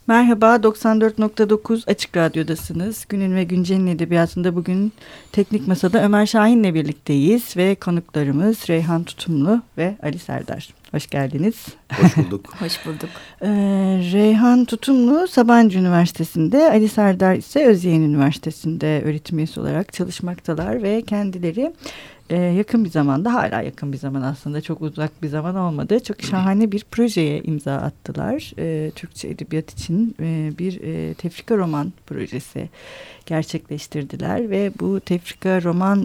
Merhaba, 94.9 Açık Radyo'dasınız. Günün ve Güncel'in edebiyatında bugün Teknik Masa'da Ömer Şahin'le birlikteyiz ve konuklarımız Reyhan Tutumlu ve Ali Serdar. Hoş geldiniz. Hoş bulduk. Hoş bulduk. Reyhan Tutumlu Sabancı Üniversitesi'nde, Ali Serdar ise Özyeğin Üniversitesi'nde öğretim üyesi olarak çalışmaktalar ve kendileri yakın bir zamanda, hala yakın bir zaman aslında, çok uzak bir zaman olmadı, çok şahane bir projeye imza attılar. Türkçe edebiyat için bir tefrika roman projesi gerçekleştirdiler ve bu tefrika roman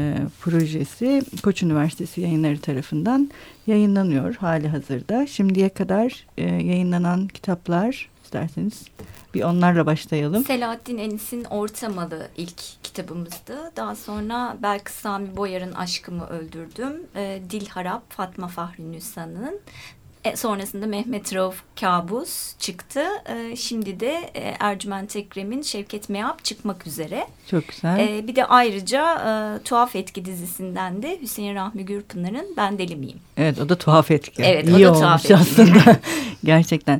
projesi Koç Üniversitesi Yayınları tarafından yayınlanıyor hali hazırda. Şimdiye kadar yayınlanan kitaplar, isterseniz bir onlarla başlayalım. Selahattin Enis'in Ortamalı ilk kitabımızdı. Daha sonra Belkıs Sami Boyar'ın Aşkımı Öldürdüm. Dil Harap Fatma Fahri Nüsan'ın. Sonrasında Mehmet Rauf Kabus çıktı. Şimdi de Ercüment Ekrem'in Şevket Meap çıkmak üzere. Çok güzel. Bir de ayrıca Tuhaf Etki dizisinden de Hüseyin Rahmi Gürpınar'ın Ben Deli Miyim? Evet, o da Tuhaf Etki. Evet, İyi o da olmuş Tuhaf Etki aslında. Gerçekten.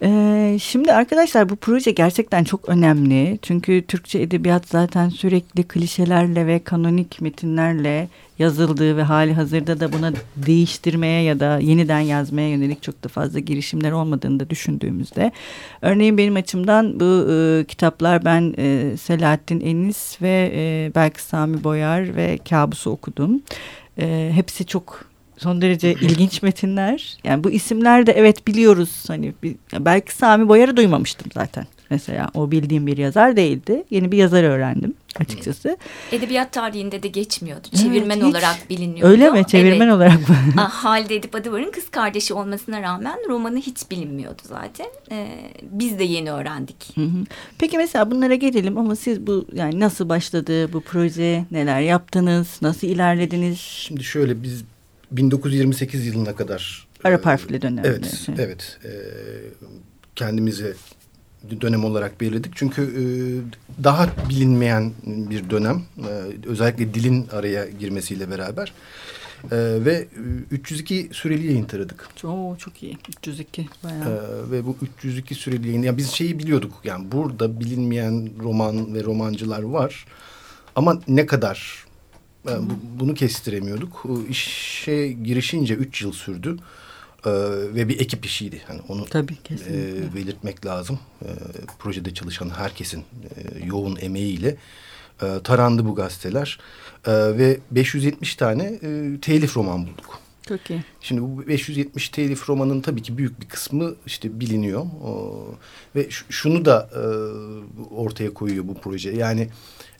Şimdi arkadaşlar, bu proje gerçekten çok önemli. Çünkü Türkçe edebiyat zaten sürekli klişelerle ve kanonik metinlerle yazıldığı ve hali hazırda da buna değiştirmeye ya da yeniden yazmaya yönelik çok da fazla girişimler olmadığını da düşündüğümüzde. Örneğin benim açımdan bu kitaplar, ben Selahattin Enis ve Belkıs Sami Boyar ve Kabus'u okudum. Hepsi çok son derece ilginç metinler. Yani bu isimler de evet biliyoruz. Hani belki Sami Boyar'ı duymamıştım zaten. Mesela o bildiğim bir yazar değildi. Yeni bir yazar öğrendim açıkçası. Edebiyat tarihinde de geçmiyordu. Çevirmen Evet, olarak biliniyordu. Öyle mi? Çevirmen evet. olarak mı? Halide Edip Adıvar'ın kız kardeşi olmasına rağmen romanı hiç bilinmiyordu zaten. Biz de yeni öğrendik. Hı hı. Peki mesela bunlara gelelim ama siz bu, yani nasıl başladı bu proje? Neler yaptınız? Nasıl ilerlediniz? Şimdi şöyle, biz 1928 yılına kadar Arap harfli dönemde. Evet. Kendimize dönem olarak belirledik. Çünkü daha bilinmeyen bir dönem. Özellikle dilin araya girmesiyle beraber. Ve 302 süreli yayın taradık. Çok iyi. 302 bayağı. Ve bu 302 süreli yayın. Yani biz şeyi biliyorduk. Yani burada bilinmeyen roman ve romancılar var. Ama ne kadar? Bunu kestiremiyorduk. İşe girişince 3 yıl sürdü. Ve bir ekip işiydi. Yani onu tabii, belirtmek lazım. Projede çalışan herkesin yoğun emeğiyle tarandı bu gazeteler. Ve 570 tane telif roman bulduk. Çok iyi. Şimdi bu 570 telif romanın tabii ki büyük bir kısmı işte biliniyor. Ve şunu da ortaya koyuyor bu proje. Yani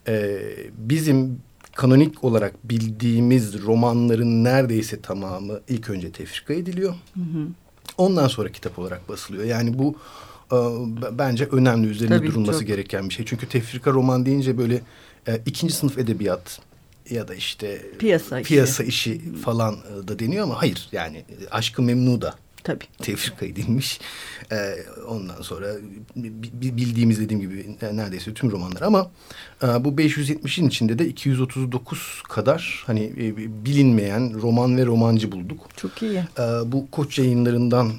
bizim kanonik olarak bildiğimiz romanların neredeyse tamamı ilk önce tefrika ediliyor. Hı hı. Ondan sonra kitap olarak basılıyor. Yani bu bence önemli, üzerinde tabii, durulması gereken bir şey. Çünkü tefrika roman deyince böyle ikinci sınıf edebiyat ya da işte piyasa işi falan da deniyor ama hayır. Yani Aşk-ı Memnu da tabii tefrika edilmiş. Ondan sonra bildiğimiz, dediğim gibi neredeyse tüm romanlar, ama bu 570'in içinde de 239 kadar hani bilinmeyen roman ve romancı bulduk. Çok iyi. Bu Koç Yayınları'ndan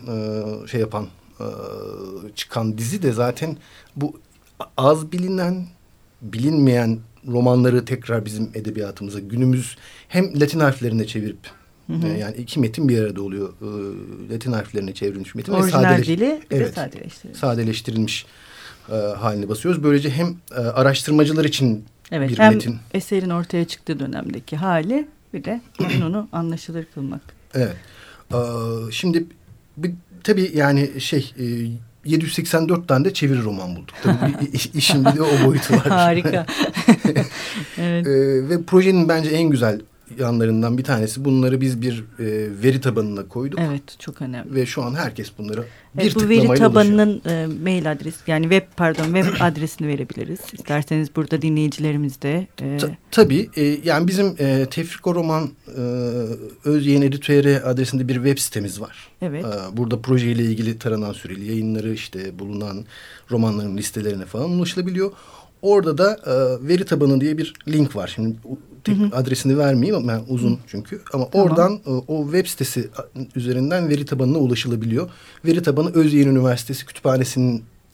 çıkan dizi de zaten bu az bilinen, bilinmeyen romanları tekrar bizim edebiyatımıza günümüz hem Latin harflerine çevirip, yani iki metin bir arada oluyor. Latin harflerine çevrilmiş metin. Orijinal dili evet, sadeleştirilmiş haline basıyoruz. Böylece hem araştırmacılar için bir hem metin. Eserin ortaya çıktığı dönemdeki hali, bir de onu anlaşılır kılmak. Evet. Şimdi tabii yani 784 tane de çeviri roman bulduk. Tabii işin bir de o boyutu var. Harika. Evet. Ve projenin bence en güzel yanlarından bir tanesi, bunları biz bir veri tabanına koyduk. Evet, çok önemli. Ve şu an herkes bunları bir bu tıklamayla veri tabanının mail adresi, yani web adresini verebiliriz. İsterseniz burada dinleyicilerimiz de. Tabii. Yani bizim Tefrika Roman Özyeğin Editörü adresinde bir web sitemiz var. Evet. Burada projeyle ilgili taranan süreli yayınları, işte bulunan romanların listelerine falan ulaşılabiliyor. Orada da veri tabanı diye bir link var. Şimdi adresini vermeyeyim ama ben uzun çünkü. Ama tamam, oradan o web sitesi üzerinden veri tabanına ulaşılabiliyor. Veri tabanı Özyeğin Üniversitesi Kütüphanesi'nin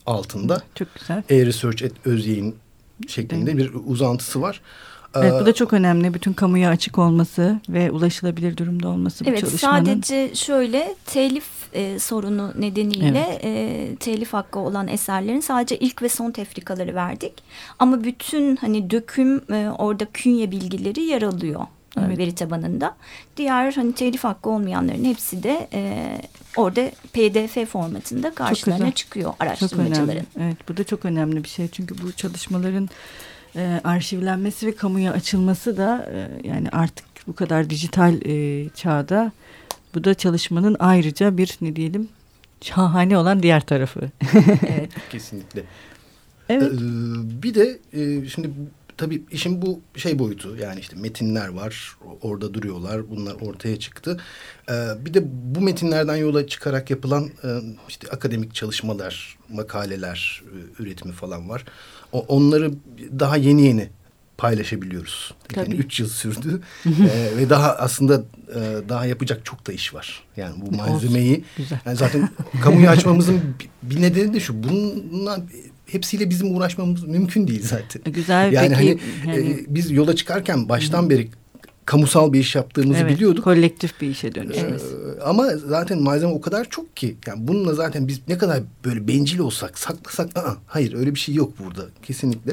altında. Çok güzel. e-research@özyayın şeklinde bir uzantısı var. Evet, bu da çok önemli. Bütün kamuya açık olması ve ulaşılabilir durumda olması bu çalışmanın. Evet, sadece şöyle telif sorunu nedeniyle telif hakkı olan eserlerin sadece ilk ve son tefrikaları verdik. Ama bütün hani döküm orada künye bilgileri yer alıyor veri tabanında. Diğer hani telif hakkı olmayanların hepsi de orada PDF formatında karşılarına çıkıyor araştırmacıların. Evet, bu da çok önemli bir şey. Çünkü bu çalışmaların arşivlenmesi ve kamuya açılması da yani artık bu kadar dijital çağda bu da çalışmanın ayrıca bir ne diyelim şahane olan diğer tarafı. Evet. Kesinlikle. Evet. Bir de şimdi tabii işin bu şey boyutu, yani işte metinler var, orada duruyorlar, bunlar ortaya çıktı. Bir de bu metinlerden yola çıkarak yapılan işte akademik çalışmalar, makaleler üretimi falan var. Onları daha yeni paylaşabiliyoruz. Yani 3 yıl sürdü ve daha aslında daha yapacak çok da iş var. Yani bu malzemeyi yani zaten kamuya açmamızın bir nedeni de şu. Bununla hepsiyle bizim uğraşmamız mümkün değil zaten. Güzel. Yani peki, hani biz yola çıkarken baştan beri kamusal bir iş yaptığımızı biliyorduk. Kolektif bir işe dönüşmesi. Ama zaten malzeme o kadar çok ki. Yani bununla zaten biz ne kadar böyle bencil olsak, saklasak, hayır öyle bir şey yok burada. Kesinlikle.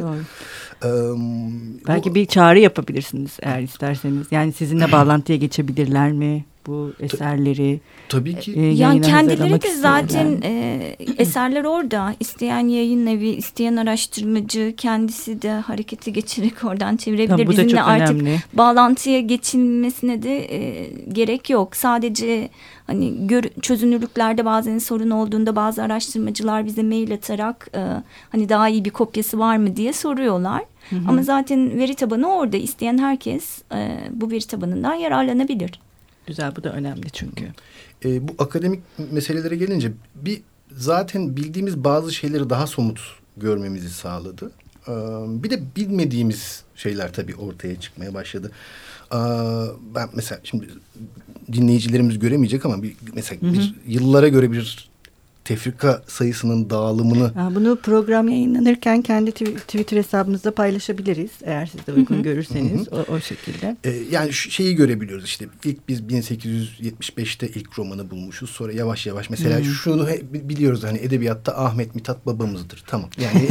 Belki bir çağrı yapabilirsiniz eğer isterseniz. Yani sizinle bağlantıya geçebilirler mi bu eserleri? Tabii ki. Yani kendileri de zaten eserler orada. İsteyen yayın evi, isteyen araştırmacı kendisi de harekete geçirerek oradan çevirebilir. Bizimle artık önemli. Bağlantıya geçilmesine de gerek yok. Sadece hani çözünürlüklerde bazen sorun olduğunda bazı araştırmacılar bize mail atarak hani daha iyi bir kopyası var mı diye soruyorlar. Hı hı. Ama zaten veri tabanı orada. İsteyen herkes bu veri tabanından yararlanabilir. Güzel, bu da önemli çünkü. Bu akademik meselelere gelince zaten bildiğimiz bazı şeyleri daha somut görmemizi sağladı. Bir de bilmediğimiz şeyler tabii ortaya çıkmaya başladı. Ben mesela şimdi dinleyicilerimiz göremeyecek ama mesela bir yıllara göre bir tefrika sayısının dağılımını... Bunu program yayınlanırken kendi Twitter hesabımızda paylaşabiliriz. Eğer siz de uygun görürseniz o şekilde. Yani şeyi görebiliyoruz işte. İlk biz 1875'te ilk romanı bulmuşuz. Sonra yavaş yavaş mesela şunu biliyoruz hani edebiyatta Ahmet Mithat babamızdır. Tamam. Yani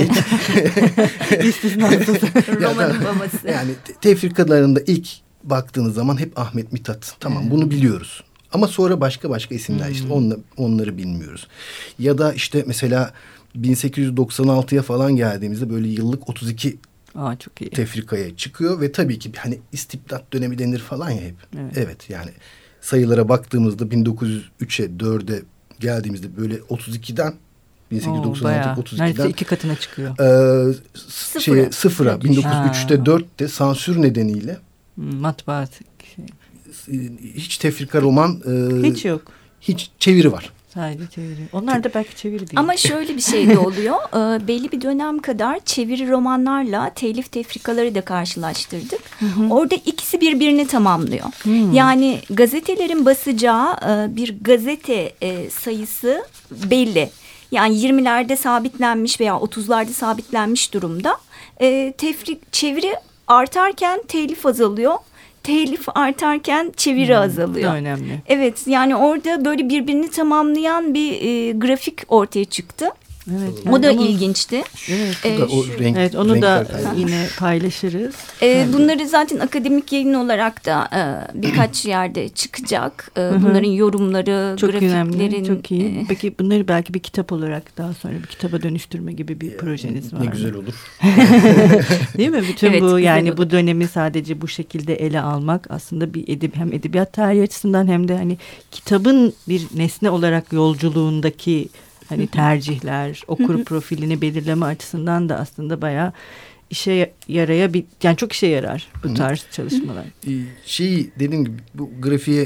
istisnasız romanın babası. Yani tefrikalarında ilk baktığınız zaman hep Ahmet Mithat. Tamam, bunu biliyoruz. Ama sonra başka isimler işte onları bilmiyoruz. Ya da işte mesela 1896'ya falan geldiğimizde böyle yıllık 32 çok iyi. tefrikaya çıkıyor ve tabii ki hani istibdat dönemi denir falan ya hep. Evet yani sayılara baktığımızda 1903'e 4'e geldiğimizde böyle 32'den 1896-32'den neredeyse 2 katına çıkıyor. Sıfıra 1903'te 4'te sansür nedeniyle matbaa hiç tefrika roman hiç yok. Hiç çeviri var. Sadece çeviri. Onlar da belki çeviri değil. Ama şöyle bir şey de oluyor. Belli bir dönem kadar çeviri romanlarla telif tefrikaları da karşılaştırdık. Orada ikisi birbirini tamamlıyor. Yani gazetelerin basacağı bir gazete sayısı belli. Yani 20'lerde sabitlenmiş veya 30'larda sabitlenmiş durumda. Çeviri artarken telif azalıyor. Telif artarken çeviri azalıyor. Bu önemli. Evet, yani orada böyle birbirini tamamlayan bir grafik ortaya çıktı. Evet, o da ilginçti. Evet, onu da yine paylaşırız. Bunları zaten akademik yayın olarak da birkaç yerde çıkacak. Bunların yorumları, çok grafiklerin. Önemli, çok iyi. Peki bunları belki bir kitap olarak daha sonra bir kitaba dönüştürme gibi bir projeniz var mı? Ne güzel olur. Değil mi? Bütün bu yani bu dönemi sadece bu şekilde ele almak aslında bir hem edebiyat tarihi açısından hem de hani kitabın bir nesne olarak yolculuğundaki hani tercihler, okur profilini belirleme açısından da aslında bayağı işe yani çok işe yarar bu tarz çalışmalar. Dediğim gibi bu grafiğe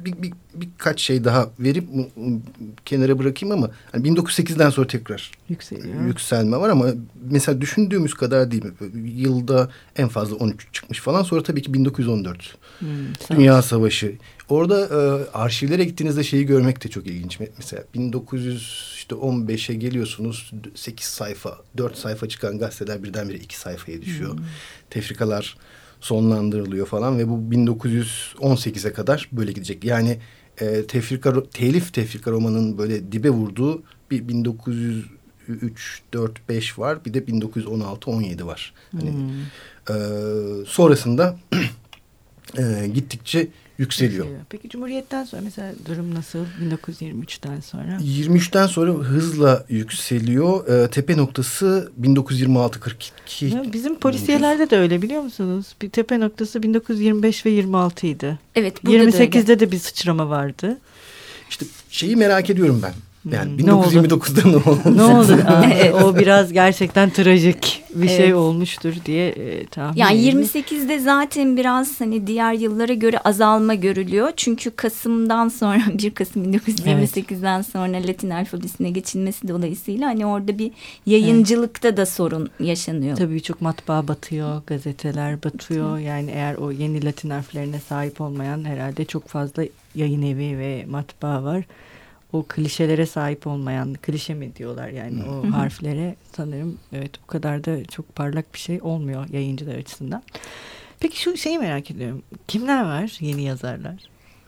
birkaç şey daha verip kenara bırakayım ama hani 1908'den sonra tekrar yükselme var ama mesela düşündüğümüz kadar değil mi? Yılda en fazla 13 çıkmış falan. Sonra tabii ki 1914 Dünya Savaşı. Orada arşivlere gittiğinizde şeyi görmek de çok ilginç. Mesela 1915'e geliyorsunuz, 8 sayfa, 4 sayfa çıkan gazeteler birdenbire 2 sayfaya düşüyor. Tefrikalar sonlandırılıyor falan ve bu 1918'e kadar böyle gidecek. Yani telif tefrika romanının böyle dibe vurduğu bir 1903, 4, 5 var. Bir de 1916, 17 var. Hani sonrasında gittikçe yükseliyor. Peki Cumhuriyet'ten sonra mesela durum nasıl? 1923'ten sonra? 23'ten sonra hızla yükseliyor. Tepe noktası 1926-42. Bizim polisiyelerde de öyle, biliyor musunuz? Bir tepe noktası 1925 ve 26 idi. Evet, 28'de de bir sıçrama vardı. İşte şeyi merak ediyorum ben. Yani 1929'da ne oldu? Ne oldu? Evet. O biraz gerçekten trajik bir şey olmuştur diye tahmin ediyorum. Yani 28'de zaten biraz hani diğer yıllara göre azalma görülüyor. Çünkü Kasım'dan sonra 1 Kasım 1928'den sonra Latin alfabesine geçilmesi dolayısıyla hani orada bir yayıncılıkta da sorun yaşanıyor. Tabii çok matbaa batıyor, gazeteler batıyor. Yani eğer o yeni Latin harflerine sahip olmayan herhalde çok fazla yayın evi ve matbaa var. O klişelere sahip olmayan, klişe mi diyorlar yani o harflere, sanırım evet o kadar da çok parlak bir şey olmuyor yayıncılar açısından. Peki şu şeyi merak ediyorum. Kimler var yeni yazarlar?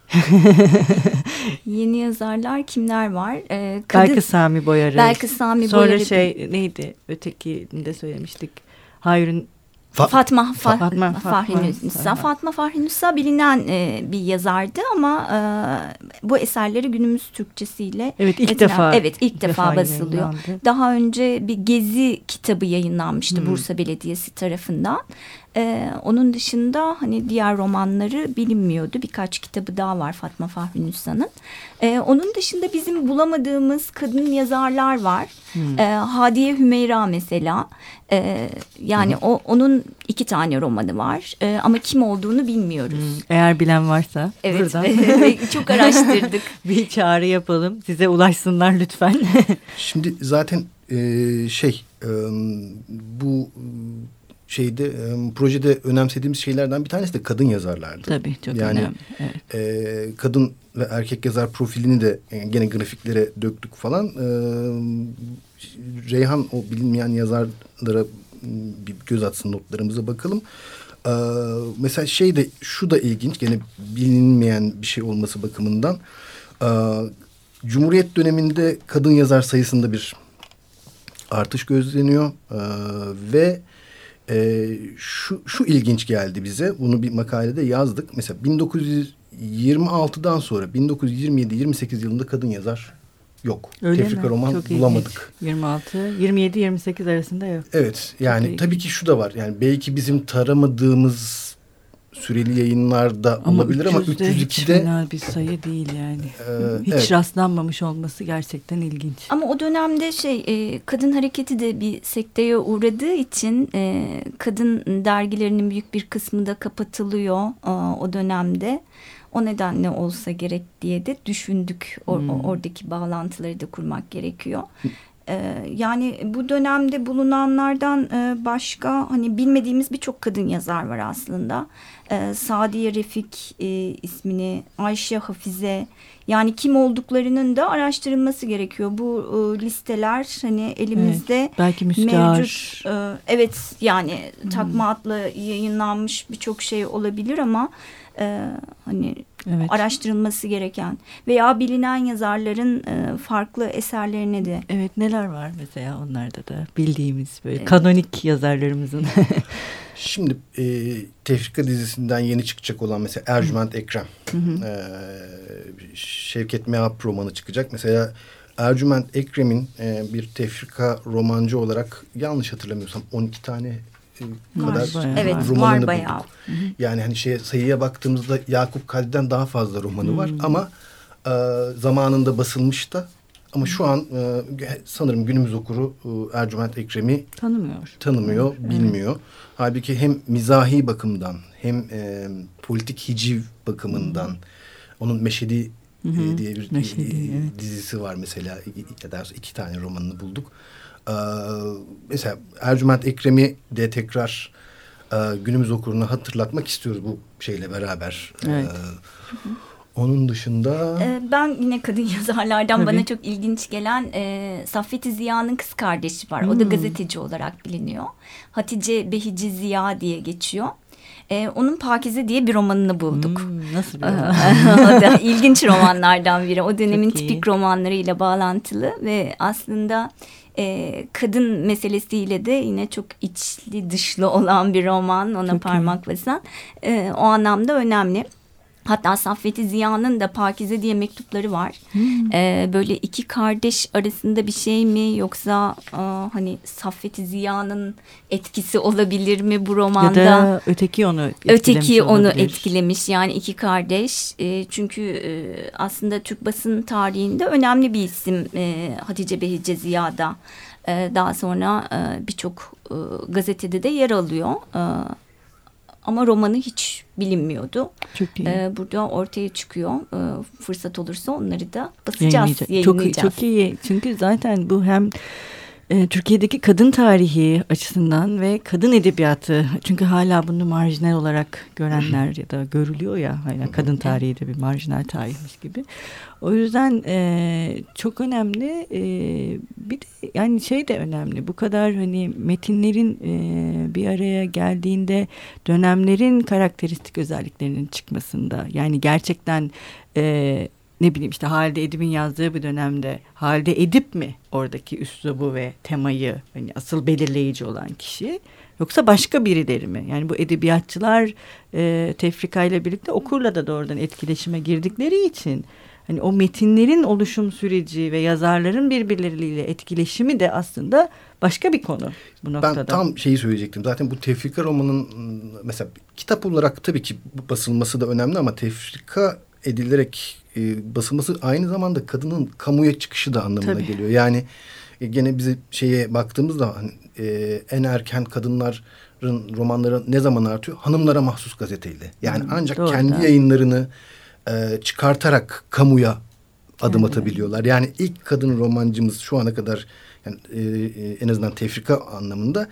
Yeni yazarlar kimler var? Belki Sami Boyarı. Belki Sami Sonra Boyarı. Sonra neydi? Ötekini de söylemiştik. Hayrun Fatma Fahrinüsa. Fatma Fahrinüsa bilinen bir yazardı ama bu eserleri günümüz Türkçesiyle ilk defa basılıyor. Daha önce bir gezi kitabı yayınlanmıştı Bursa Belediyesi tarafından. Onun dışında hani diğer romanları bilinmiyordu. Birkaç kitabı daha var Fatma Fahrinüsa'nın. Onun dışında bizim bulamadığımız kadın yazarlar var. Hadiye Hümeyra mesela. Yani onun 2 tane romanı var. Ama kim olduğunu bilmiyoruz. Eğer bilen varsa buradan. Çok araştırdık. Bir çağrı yapalım. Size ulaşsınlar lütfen. Şimdi zaten bu projede önemsediğimiz şeylerden bir tanesi de kadın yazarlardı. Tabii çok önemli. Evet. Kadın ve erkek yazar profilini de gene grafiklere döktük falan. Reyhan o bilinmeyen yazarlara bir göz atsın, notlarımıza bakalım. Mesela şu da ilginç, gene bilinmeyen bir şey olması bakımından. Cumhuriyet döneminde kadın yazar sayısında bir artış gözleniyor ve şu ilginç geldi bize. Bunu bir makalede yazdık. Mesela 1926'dan sonra 1927-28 yılında kadın yazar yok. Tefrika roman çok bulamadık. 27-28 arasında yok. Evet. Yani tabii ki şu da var. Yani belki bizim taramadığımız süreli yayınlarda olabilir ama 302'de hiç fena bir sayı değil yani. Hiç rastlanmamış olması gerçekten ilginç. Ama o dönemde kadın hareketi de bir sekteye uğradığı için kadın dergilerinin büyük bir kısmı da kapatılıyor o dönemde. O nedenle olsa gerek diye de düşündük. Oradaki bağlantıları da kurmak gerekiyor. Yani bu dönemde bulunanlardan başka hani bilmediğimiz birçok kadın yazar var aslında. Sadiye Refik ismini, Ayşe Hafize, yani kim olduklarının da araştırılması gerekiyor. Bu listeler hani elimizde belki müstahar. Mevcut. Evet yani takma adla yayınlanmış birçok şey olabilir ama hani araştırılması gereken veya bilinen yazarların farklı eserlerine de. Evet, neler var mesela onlarda da bildiğimiz böyle kanonik yazarlarımızın. Şimdi Tefrika dizisinden yeni çıkacak olan mesela Ercüment Ekrem, Şevket Meap romanı çıkacak. Mesela Ercüment Ekrem'in bir tefrika romancı olarak yanlış hatırlamıyorsam 12 tane kadar romanını bulduk. Yani hani sayıya baktığımızda Yakup Kadri'den daha fazla romanı var ama zamanında basılmış da. Ama şu an sanırım günümüz okuru Ercüment Ekrem'i tanımıyor, bilmiyor. Halbuki hem mizahi bakımdan hem politik hiciv bakımından Onun Meşhedi diye bir evet. dizisi var mesela. Ya da 2 tane romanını bulduk. Mesela Ercüment Ekrem'i de tekrar günümüz okuruna hatırlatmak istiyoruz bu şeyle beraber. Evet. Onun dışında... Ben yine kadın yazarlardan Tabii. bana çok ilginç gelen Saffet-i Ziya'nın kız kardeşi var. O da gazeteci olarak biliniyor. Hatice Behici Ziya diye geçiyor. Onun Pakize diye bir romanını bulduk. Nasıl bir roman? O da ilginç romanlardan biri. O dönemin Çok iyi. tipik romanlarıyla bağlantılı ve aslında kadın meselesiyle de yine çok içli dışlı olan bir roman. Ona Çok parmak basan. O anlamda önemli. Hatta Saffet-i Ziya'nın da Pakize diye mektupları var. Böyle 2 kardeş arasında bir şey mi, yoksa hani Saffet-i Ziya'nın etkisi olabilir mi bu romanda? Ya da öteki onu etkilemiş. Yani 2 kardeş. Çünkü aslında Türk basın tarihinde önemli bir isim Hatice Behice Ziya'da. Daha sonra birçok gazetede de yer alıyor. Ama romanı hiç bilinmiyordu. Çok iyi. Burada ortaya çıkıyor. Fırsat olursa onları da basacağız, yayınlayacağız. Çok iyi. Çünkü zaten bu hem Türkiye'deki kadın tarihi açısından ve kadın edebiyatı, çünkü hala bunu marjinal olarak görenler ya da görülüyor ya, hala kadın tarihi de bir marjinal tarihmiş gibi. O yüzden çok önemli. Bir de yani şey de önemli. Bu kadar hani metinlerin bir araya geldiğinde dönemlerin karakteristik özelliklerinin çıkmasında, yani gerçekten ne bileyim işte Halide Edip'in yazdığı bir dönemde Halide Edip mi oradaki üslubu ve temayı hani asıl belirleyici olan kişi, yoksa başka birileri mi? Yani bu edebiyatçılar tefrikayla birlikte okurla da doğrudan etkileşime girdikleri için hani o metinlerin oluşum süreci ve yazarların birbirleriyle etkileşimi de aslında başka bir konu bu noktada. Ben tam şeyi söyleyecektim. Zaten bu tefrika romanın mesela kitap olarak tabii ki basılması da önemli ama tefrika edilerek basılması aynı zamanda kadının kamuya çıkışı da anlamına geliyor. Yani gene bize şeye baktığımızda en erken kadınların romanları ne zaman artıyor? Hanımlara mahsus gazeteyle. Yani ancak doğru, kendi yayınlarını çıkartarak kamuya adım atabiliyorlar. Yani ilk kadın romancımız şu ana kadar, yani en azından tefrika anlamında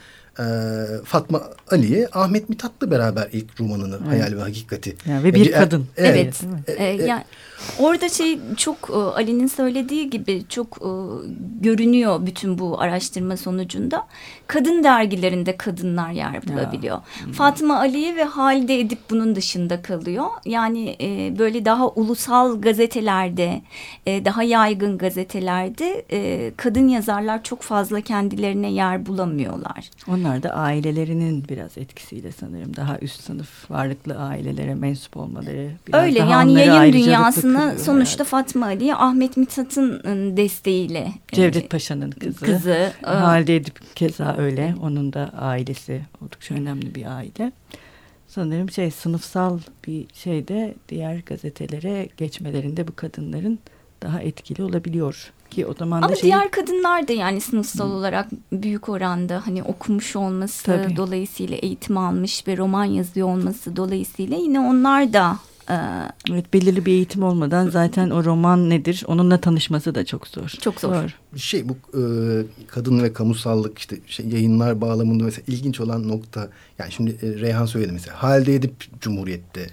Fatma Ali'ye Ahmet Mithat'la beraber ilk romanını Hayal ve Hakikati. Yani ve bir kadın. Evet. Yani orada çok Ali'nin söylediği gibi çok görünüyor bütün bu araştırma sonucunda. Kadın dergilerinde kadınlar yer bulabiliyor. Fatma Ali ve Halide Edip bunun dışında kalıyor. Yani böyle daha ulusal gazetelerde, daha yaygın gazetelerde kadın yazarlar çok fazla kendilerine yer bulamıyorlar. Onlar da ailelerinin biraz etkisiyle sanırım daha üst sınıf varlıklı ailelere mensup olmaları. Öyle yani yayın dünyasına sonuçta Fatma Ali, Ahmet Mithat'ın desteğiyle. Cevdet Paşa'nın kızı. Halide Edip keza öyle. Onun da ailesi oldukça önemli bir aile. Sanırım sınıfsal bir şeyde diğer gazetelere geçmelerinde bu kadınların daha etkili olabiliyor. Ki o zaman da ama diğer kadınlar da yani sınıfsal olarak büyük oranda hani okumuş olması dolayısıyla, eğitim almış ve roman yazıyor olması dolayısıyla yine onlar da evet, belirli bir eğitim olmadan zaten o roman nedir onunla tanışması da çok zor. Çok zor. Bu kadın ve kamusallık yayınlar bağlamında mesela ilginç olan nokta, yani şimdi Reyhan söyledi mesela Halide Edip Cumhuriyet'te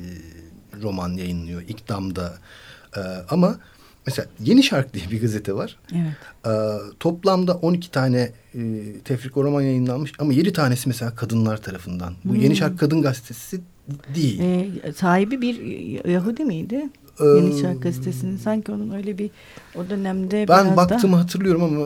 roman yayınlıyor, İkdam'da ama mesela Yeni Şark diye bir gazete var. Evet. Toplamda 12 tane tefrika roman yayınlanmış ama 7 tanesi mesela kadınlar tarafından. Bu Yeni Şark Kadın Gazetesi değil. Sahibi bir Yahudi miydi? Yeni Şark Gazetesi'nin sanki onun öyle bir o dönemde ben baktığımı hatırlıyorum ama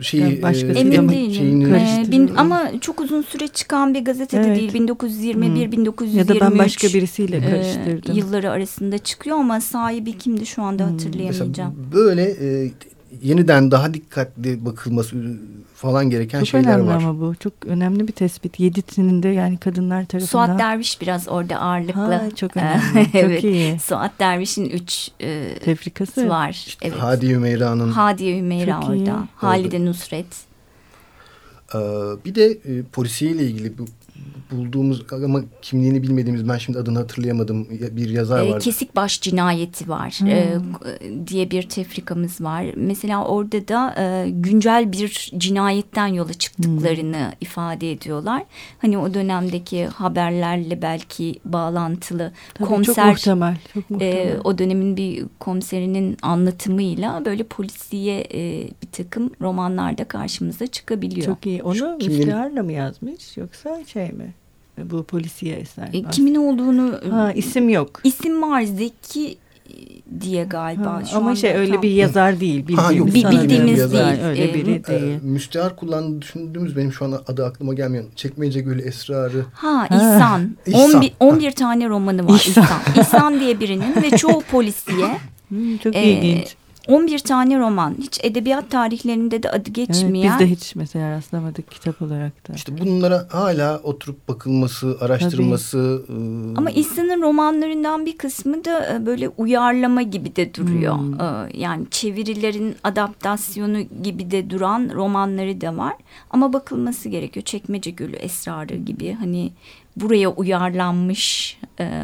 emin değilim. Ama çok uzun süre çıkan bir gazete de değil. 1921-1923 ya da ben başka birisiyle karıştırdım. Yılları arasında çıkıyor ama sahibi kimdi şu anda hatırlayamayacağım. Mesela böyle yeniden daha dikkatli bakılması falan gereken çok şeyler var. Çok önemli ama bu. Çok önemli bir tespit. 7'sinin de yani kadınlar tarafından. Suat Derviş biraz orada ağırlıklı. Çok önemli. Evet. Çok iyi. Suat Derviş'in 3 tefrikası var. İşte evet. Hadiye Hümeyra'nın. Hadiye Hümeyra orada. Halide Nusret. Bir de polisiye ile ilgili bu bulduğumuz ama kimliğini bilmediğimiz, ben şimdi adını hatırlayamadım, bir yazar var. Kesikbaş cinayeti var diye bir tefrikamız var. Mesela orada da güncel bir cinayetten yola çıktıklarını ifade ediyorlar. Hani o dönemdeki haberlerle belki bağlantılı. Tabii, komiser, çok muhtemel. Çok muhtemel. O dönemin bir komiserinin anlatımıyla böyle polisiye bir takım romanlarda karşımıza çıkabiliyor. Çok iyi. Onu müsteharla mı yazmış yoksa şey mi? Bu polisiye eser. Kimin olduğunu... isim yok. İsim var, Zeki diye galiba. Şu ama öyle tam... bir yazar değil. Bildiğimiz değil. Öyle biri değil. Müstehar kullandığını düşündüğümüz, benim şu anda adı aklıma gelmiyor. Çekmece Gölü Esrarı. İhsan. 11 tane romanı var İhsan. İhsan diye birinin ve çoğu polisiye. Çok ilginç. 11 tane roman. Hiç edebiyat tarihlerinde de adı geçmeyen. Evet, biz de hiç mesela rastlamadık kitap olarak da. İşte bunlara hala oturup bakılması, araştırılması. Ama İhsan'ın romanlarından bir kısmı da böyle uyarlama gibi de duruyor. Yani çevirilerin adaptasyonu gibi de duran romanları da var. Ama bakılması gerekiyor. Çekmece Gölü Esrarı gibi hani buraya uyarlanmış,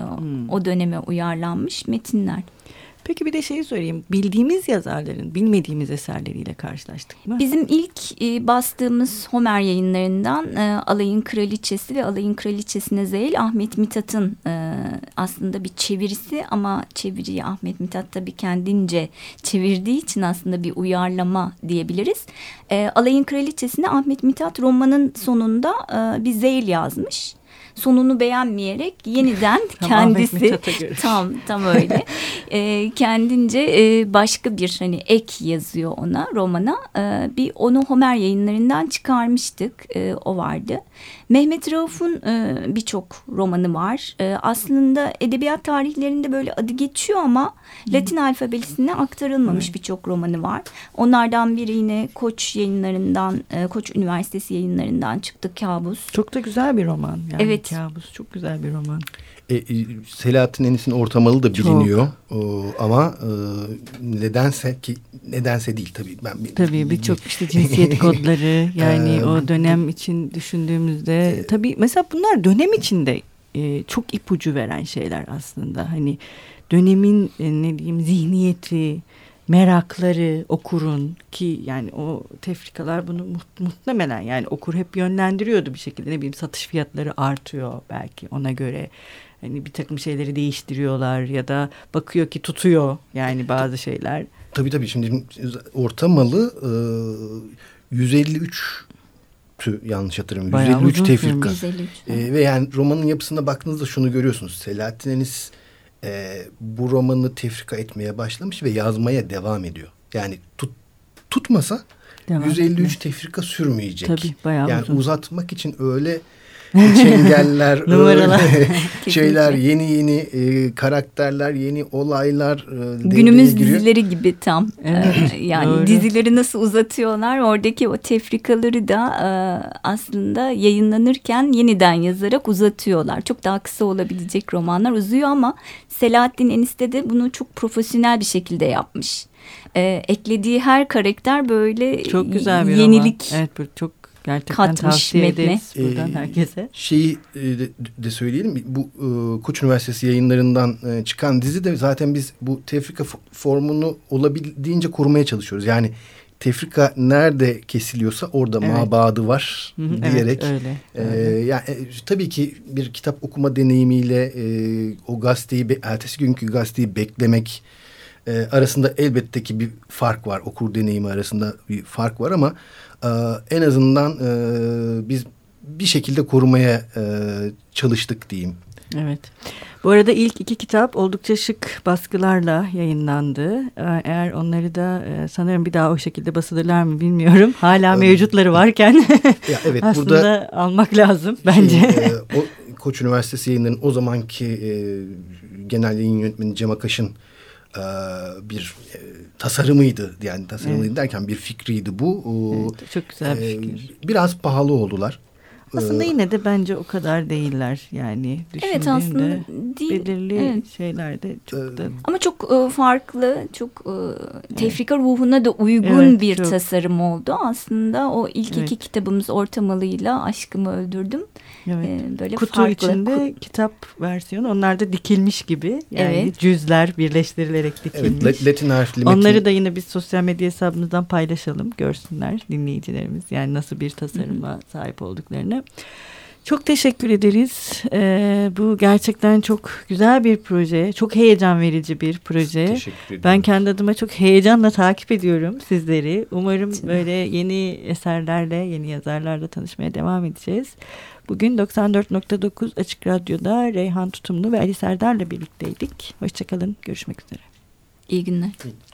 o döneme uyarlanmış metinler. Peki bir de şeyi sorayım. Bildiğimiz yazarların bilmediğimiz eserleriyle karşılaştık mı? Bizim ilk bastığımız Homer yayınlarından Alayın Kraliçesi ve Alayın Kraliçesi'ne Zeyl, Ahmet Mithat'ın aslında bir çevirisi, ama çeviriyi Ahmet Mithat tabii kendince çevirdiği için aslında bir uyarlama diyebiliriz. Alayın Kraliçesi'ne Ahmet Mithat romanın sonunda bir Zeyl yazmış. Sonunu beğenmeyerek yeniden kendisi tam öyle kendince başka bir hani ek yazıyor ona, romana. Bir onu Homer yayınlarından çıkarmıştık, o vardı. Mehmet Rauf'un birçok romanı var. Aslında edebiyat tarihlerinde böyle adı geçiyor ama Latin alfabesine aktarılmamış birçok romanı var. Onlardan biri yine Koç yayınlarından, Koç Üniversitesi yayınlarından çıktı, Kabus. Çok da güzel bir roman. Yani evet. Kabus çok güzel bir roman. Selahattin Enis'in Ortamalı da biliniyor. Ama nedense değil tabii. Tabii birçok işte cinsiyet kodları, yani o dönem için düşündüğümüzde tabii mesela bunlar dönem içinde çok ipucu veren şeyler aslında. Hani dönemin ne diyeyim zihniyeti, merakları okurun, ki yani o tefrikalar bunu muhtemelen yani okur hep yönlendiriyordu bir şekilde. Ne bileyim, satış fiyatları artıyor belki ona göre. Hani bir takım şeyleri değiştiriyorlar ya da bakıyor ki tutuyor yani bazı şeyler. Tabii şimdi Ortamalı 153'tü yanlış hatırlamıyorum. 153 tefrika. Ve yani romanın yapısına baktığınızda şunu görüyorsunuz. Selahattin Enis bu romanı tefrika etmeye başlamış ve yazmaya devam ediyor. Yani tutmasa 153 tefrika sürmeyecek. Tabii, bayağı yani uzun. Uzatmak için öyle çengeller, şeyler, yeni karakterler, yeni olaylar günümüz dizileri gibi tam. Evet, yani doğru. Dizileri nasıl uzatıyorlar, oradaki o tefrikaları da aslında yayınlanırken yeniden yazarak uzatıyorlar. Çok daha kısa olabilecek romanlar uzuyor ama Selahattin Enis'te de bunu çok profesyonel bir şekilde yapmış. Eklediği her karakter böyle çok güzel bir yenilik roman. Evet, bu çok gerçekten tavsiye ederiz buradan herkese. Şeyi de söyleyelim. Bu Koç Üniversitesi yayınlarından çıkan dizi de zaten biz bu tefrika formunu olabildiğince korumaya çalışıyoruz. Yani tefrika nerede kesiliyorsa orada mabadı var diyerek. Evet, öyle. Yani tabii ki bir kitap okuma deneyimiyle o gazeteyi, ertesi günkü gazeteyi beklemek arasında elbette ki bir fark var. Okur deneyimi arasında bir fark var ama en azından biz bir şekilde korumaya çalıştık diyeyim. Evet. Bu arada ilk 2 kitap oldukça şık baskılarla yayınlandı. Eğer onları da sanırım bir daha o şekilde basılırlar mı bilmiyorum. Hala mevcutları varken ya evet, aslında burada almak lazım bence. O Koç Üniversitesi yayınlarının o zamanki genel yayın yönetmeni Cem Akaş'ın bir tasarımıydı. Yani tasarımıydı derken bir fikriydi bu. Evet, çok güzel bir fikir. Biraz pahalı oldular. Aslında yine de bence o kadar değiller yani. Evet, aslında değil. Belirli şeylerde çok da. Ama çok farklı, çok tefrika ruhuna da uygun bir çok tasarım oldu. Aslında o ilk iki kitabımız Ortamalıyla Aşkımı Öldürdüm. Böyle kutu farklı. içinde kitap versiyonu. Onlar da dikilmiş gibi. Yani cüzler birleştirilerek dikilmiş. Evet, Latin harfli onları da yine biz sosyal medya hesabımızdan paylaşalım. Görsünler dinleyicilerimiz. Yani nasıl bir tasarıma sahip olduklarını. Çok teşekkür ederiz. Bu gerçekten çok güzel bir proje. Çok heyecan verici bir proje. Teşekkür ederim. Ben kendi adıma çok heyecanla takip ediyorum sizleri. Umarım böyle yeni eserlerle, yeni yazarlarla tanışmaya devam edeceğiz. Bugün 94.9 Açık Radyo'da Reyhan Tutumlu ve Ali Serdar'la birlikteydik. Hoşçakalın. Görüşmek üzere. İyi günler.